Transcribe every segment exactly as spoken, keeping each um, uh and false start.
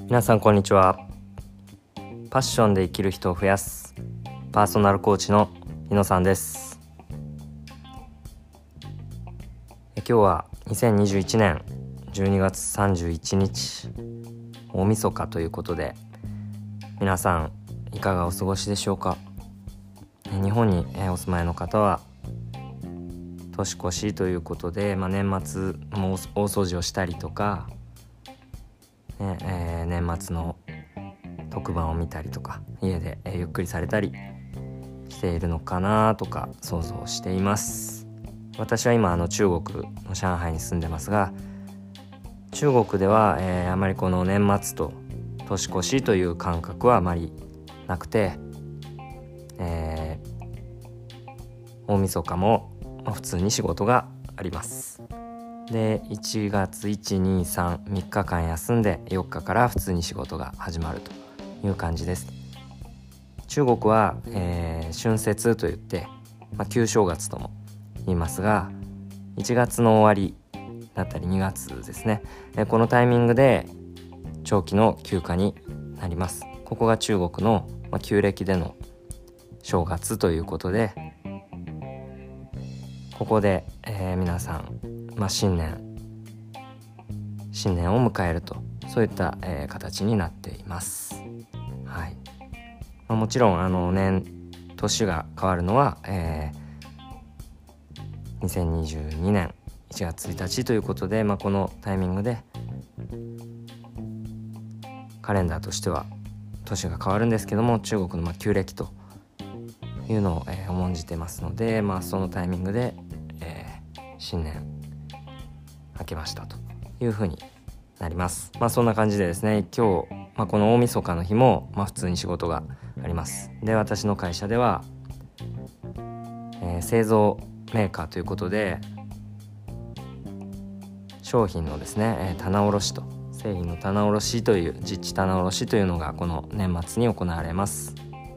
皆さんこんにちは。パッションで生きる人を増やすパーソナルコーチの日野さんです。え今日はにせんにじゅういちねんじゅうにがつさんじゅういちにち大晦日ということで、皆さんいかがお過ごしでしょうか。日本にお住まいの方は年越しということで、まあ、年末も大掃除をしたりとか、ねえー、年末の特番を見たりとか家で、えー、ゆっくりされたりしているのかなとか想像しています。私は今あの中国の上海に住んでますが、中国では、えー、あまりこの年末と年越しという感覚はあまりなくて、えー、大晦日もまあ、普通に仕事があります。でいちがついち、に、さん、みっかかん休んでよっかから普通に仕事が始まるという感じです。中国は、えー、春節といって、まあ、旧正月とも言いますが、いちがつの終わりだったりにがつですね、えー、このタイミングで長期の休暇になります。ここが中国の、まあ、旧暦での正月ということで、ここで、えー、皆さん、まあ、新年新年を迎えると、そういった、えー、形になっています。はい。まあ、もちろんあの年年が変わるのは、えー、にせんにじゅうにねんいちがつついたちということで、まあ、このタイミングでカレンダーとしては年が変わるんですけども、中国のまあ旧暦というのを、えー、重んじてますので、まあ、そのタイミングで新年明けましたというふうになります。まあそんな感じでですね、今日、まあ、この大晦日の日も、まあ、普通に仕事があります。で私の会社では、えー、製造メーカーということで、商品のですね、えー、棚卸しと製品の棚卸しという実地棚卸しというのがこの年末に行われます。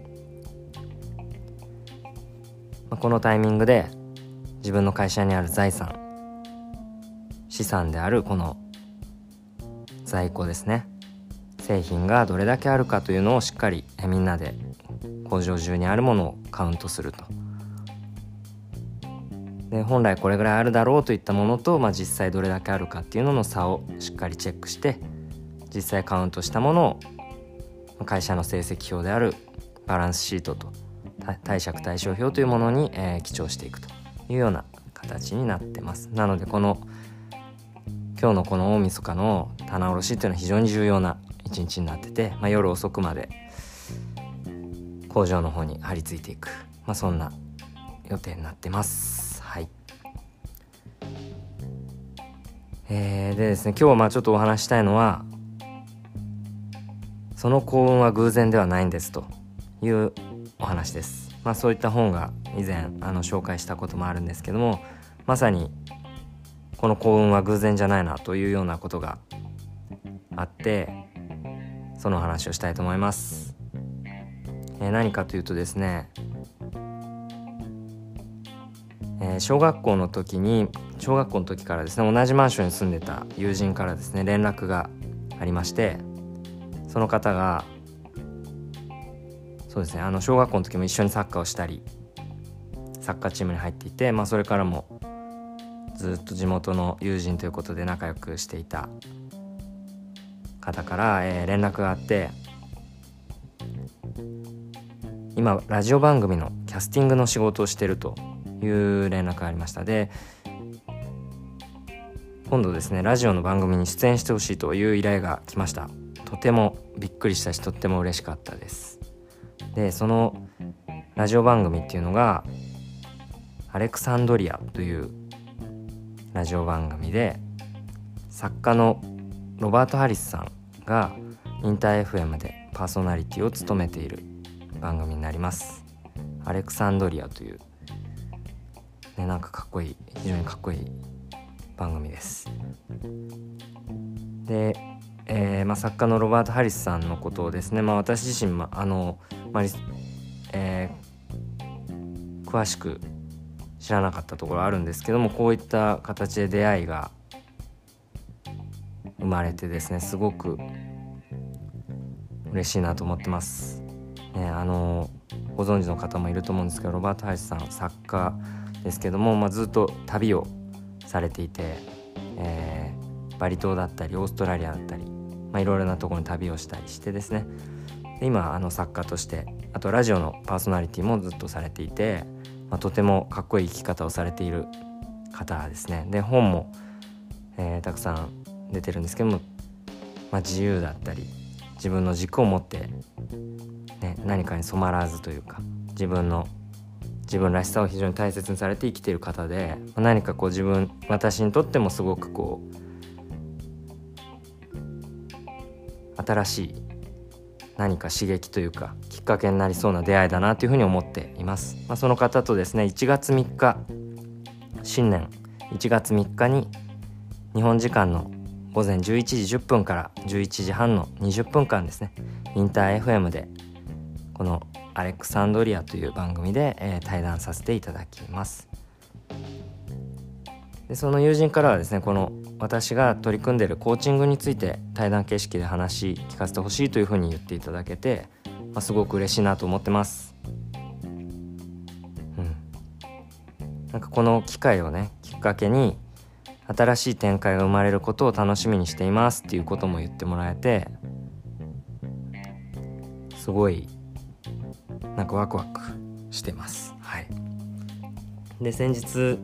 まあ、このタイミングで自分の会社にある財産、資産であるこの在庫ですね、製品がどれだけあるかというのをしっかりみんなで工場中にあるものをカウントすると。で本来これぐらいあるだろうといったものと、まあ、実際どれだけあるかっていうのの差をしっかりチェックして、実際カウントしたものを会社の成績表であるバランスシートと貸借対照表というものに、えー、記帳していくというような形になってます。なのでこの今日のこの大晦日の棚卸しっていうのは非常に重要な一日になってて、まあ、夜遅くまで工場の方に張り付いていく、まあ、そんな予定になってます。はい。えー、でですね、今日はまあちょっとお話したいのは、その幸運は偶然ではないんですというお話です。まあ、そういった本が以前あの紹介したこともあるんですけども、まさにこの幸運は偶然じゃないなというようなことがあって、その話をしたいと思います。えー、何かというとですね、えー、小学校の時に小学校の時からですね、同じマンションに住んでた友人からですね連絡がありまして、その方がそうですね、あの小学校の時も一緒にサッカーをしたりサッカーチームに入っていて、まあ、それからもずっと地元の友人ということで仲良くしていた方から、えー、連絡があって、今ラジオ番組のキャスティングの仕事をしているという連絡がありました。で今度ですねラジオの番組に出演してほしいという依頼が来ました。とてもびっくりしたし、とっても嬉しかったです。でそのラジオ番組っていうのがアレクサンドリアというラジオ番組で、作家のロバート・ハリスさんがインター エフエム でパーソナリティを務めている番組になります。アレクサンドリアという、ね、なんかかっこいい、非常にかっこいい番組です。で、えーまあ、作家のロバート・ハリスさんのことをですね、まあ、私自身、まあのまあえー、詳しく知らなかったところあるんですけども、こういった形で出会いが生まれてですね、すごく嬉しいなと思ってます、ね、あのご存知の方もいると思うんですけど、ロバート・ハリスさん作家ですけども、まあ、ずっと旅をされていて、えー、バリ島だったりオーストラリアだったり、まあ、いろいろなところに旅をしたりしてですね、で今あの作家として、あとラジオのパーソナリティもずっとされていて、まあ、とてもかっこいい生き方をされている方ですね。で本も、えー、たくさん出てるんですけども、まあ、自由だったり自分の軸を持って、ね、何かに染まらずというか、自分の自分らしさを非常に大切にされて生きている方で、何かこう自分私にとってもすごくこう新しい何か刺激というかきっかけになりそうな出会いだなというふうに思っています。まあ、その方とですね、いちがつみっか、新年いちがつみっかに日本時間のごぜんじゅういちじじゅっぷんからじゅういちじはんのにじゅっぷんかんですね、インター エフエム でこのアレクサンドリアという番組で、えー、対談させていただきます。でその友人からはですね、この私が取り組んでいるコーチングについて対談形式で話聞かせてほしいというふうに言っていただけて、まあ、すごく嬉しいなと思ってます。うん、なんかこの機会をねきっかけに新しい展開が生まれることを楽しみにしていますっていうことも言ってもらえて、すごいなんかワクワクしてます。はい。で先日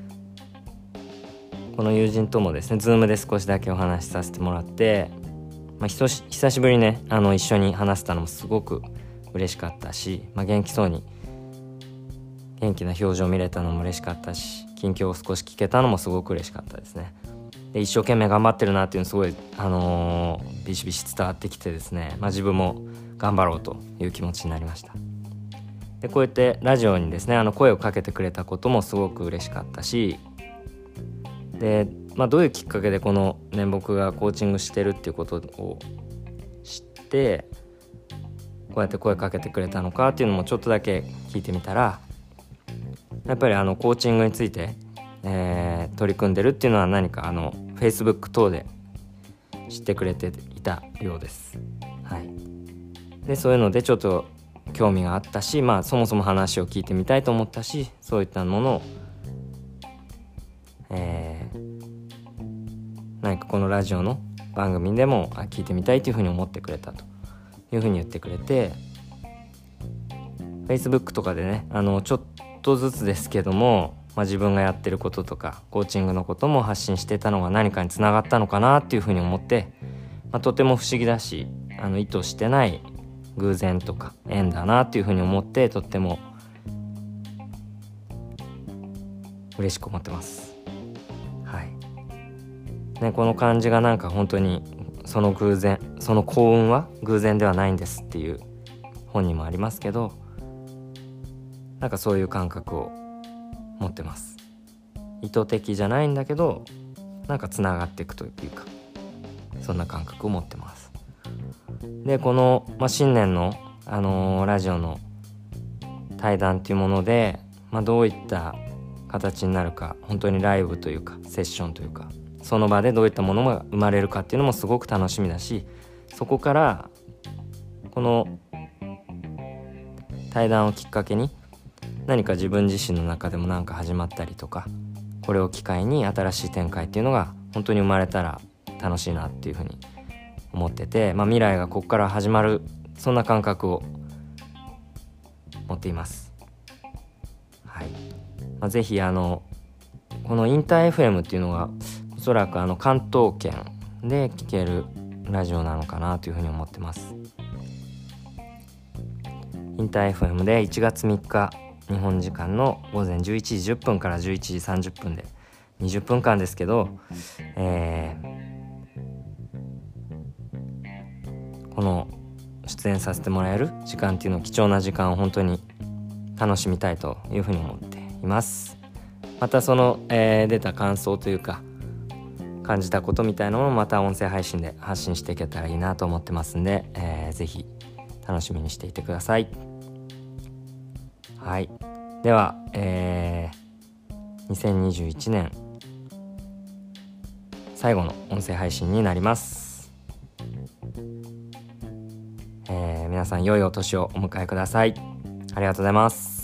この友人ともですね Zoom で少しだけお話しさせてもらって、まあ、ひとし久しぶりにねあの一緒に話せたのもすごく嬉しかったし、まあ、元気そうに元気な表情見れたのも嬉しかったし、近況を少し聞けたのもすごく嬉しかったですね。で一生懸命頑張ってるなっていうのすごい、あのー、ビシビシ伝わってきてですね、まあ、自分も頑張ろうという気持ちになりました。でこうやってラジオにですねあの声をかけてくれたこともすごく嬉しかったし、で、まあ、どういうきっかけでこの、ね、僕がコーチングしてるっていうことを知ってこうやって声かけてくれたのかっていうのもちょっとだけ聞いてみたら、やっぱりあのコーチングについて、えー、取り組んでるっていうのは何かあの Facebook 等で知ってくれていたようです。はい。でそういうのでちょっと興味があったし、まあそもそも話を聞いてみたいと思ったし、そういったものを、えー、何かこのラジオの番組でも聞いてみたいというふうに思ってくれたというふうに言ってくれて、 Facebook とかでねあのちょっとずつですけども、まあ、自分がやってることとかコーチングのことも発信してたのが何かにつながったのかなっていうふうに思って、まあ、とても不思議だしあの意図してない偶然とか縁だなっていうふうに思って、とっても嬉しく思ってます。はい。ね、この感じがなんか本当にその偶然その幸運は偶然ではないんですっていう本にもありますけど、なんかそういう感覚を持ってます。意図的じゃないんだけどなんかつながっていくというか、そんな感覚を持ってます。でこの、まあ、新年の、あのー、ラジオの対談っていうもので、まあ、どういった形になるか、本当にライブというかセッションというかその場でどういったものが生まれるかっていうのもすごく楽しみだし、そこからこの対談をきっかけに何か自分自身の中でも何か始まったりとか、これを機会に新しい展開っていうのが本当に生まれたら楽しいなっていうふうに思ってて、まあ、未来がここから始まる、そんな感覚を持っています。はい。まあ、ぜひあのこのインター エフエム っていうのがおそらくあの関東圏で聴けるラジオなのかなというふうに思ってます。インター エフエム でいちがつみっか日本時間のごぜんじゅういちじじゅっぷんからじゅういちじさんじゅっぷんでにじゅっぷんかんですけど、えー、この出演させてもらえる時間っていうの貴重な時間を本当に楽しみたいというふうに思っています。またその、えー、出た感想というか感じたことみたいなのもまた音声配信で発信していけたらいいなと思ってますんで、えー、ぜひ楽しみにしていてください。はい。では、えー、にせんにじゅういちねん最後の音声配信になります。え皆さん良いお年をお迎えください。ありがとうございます。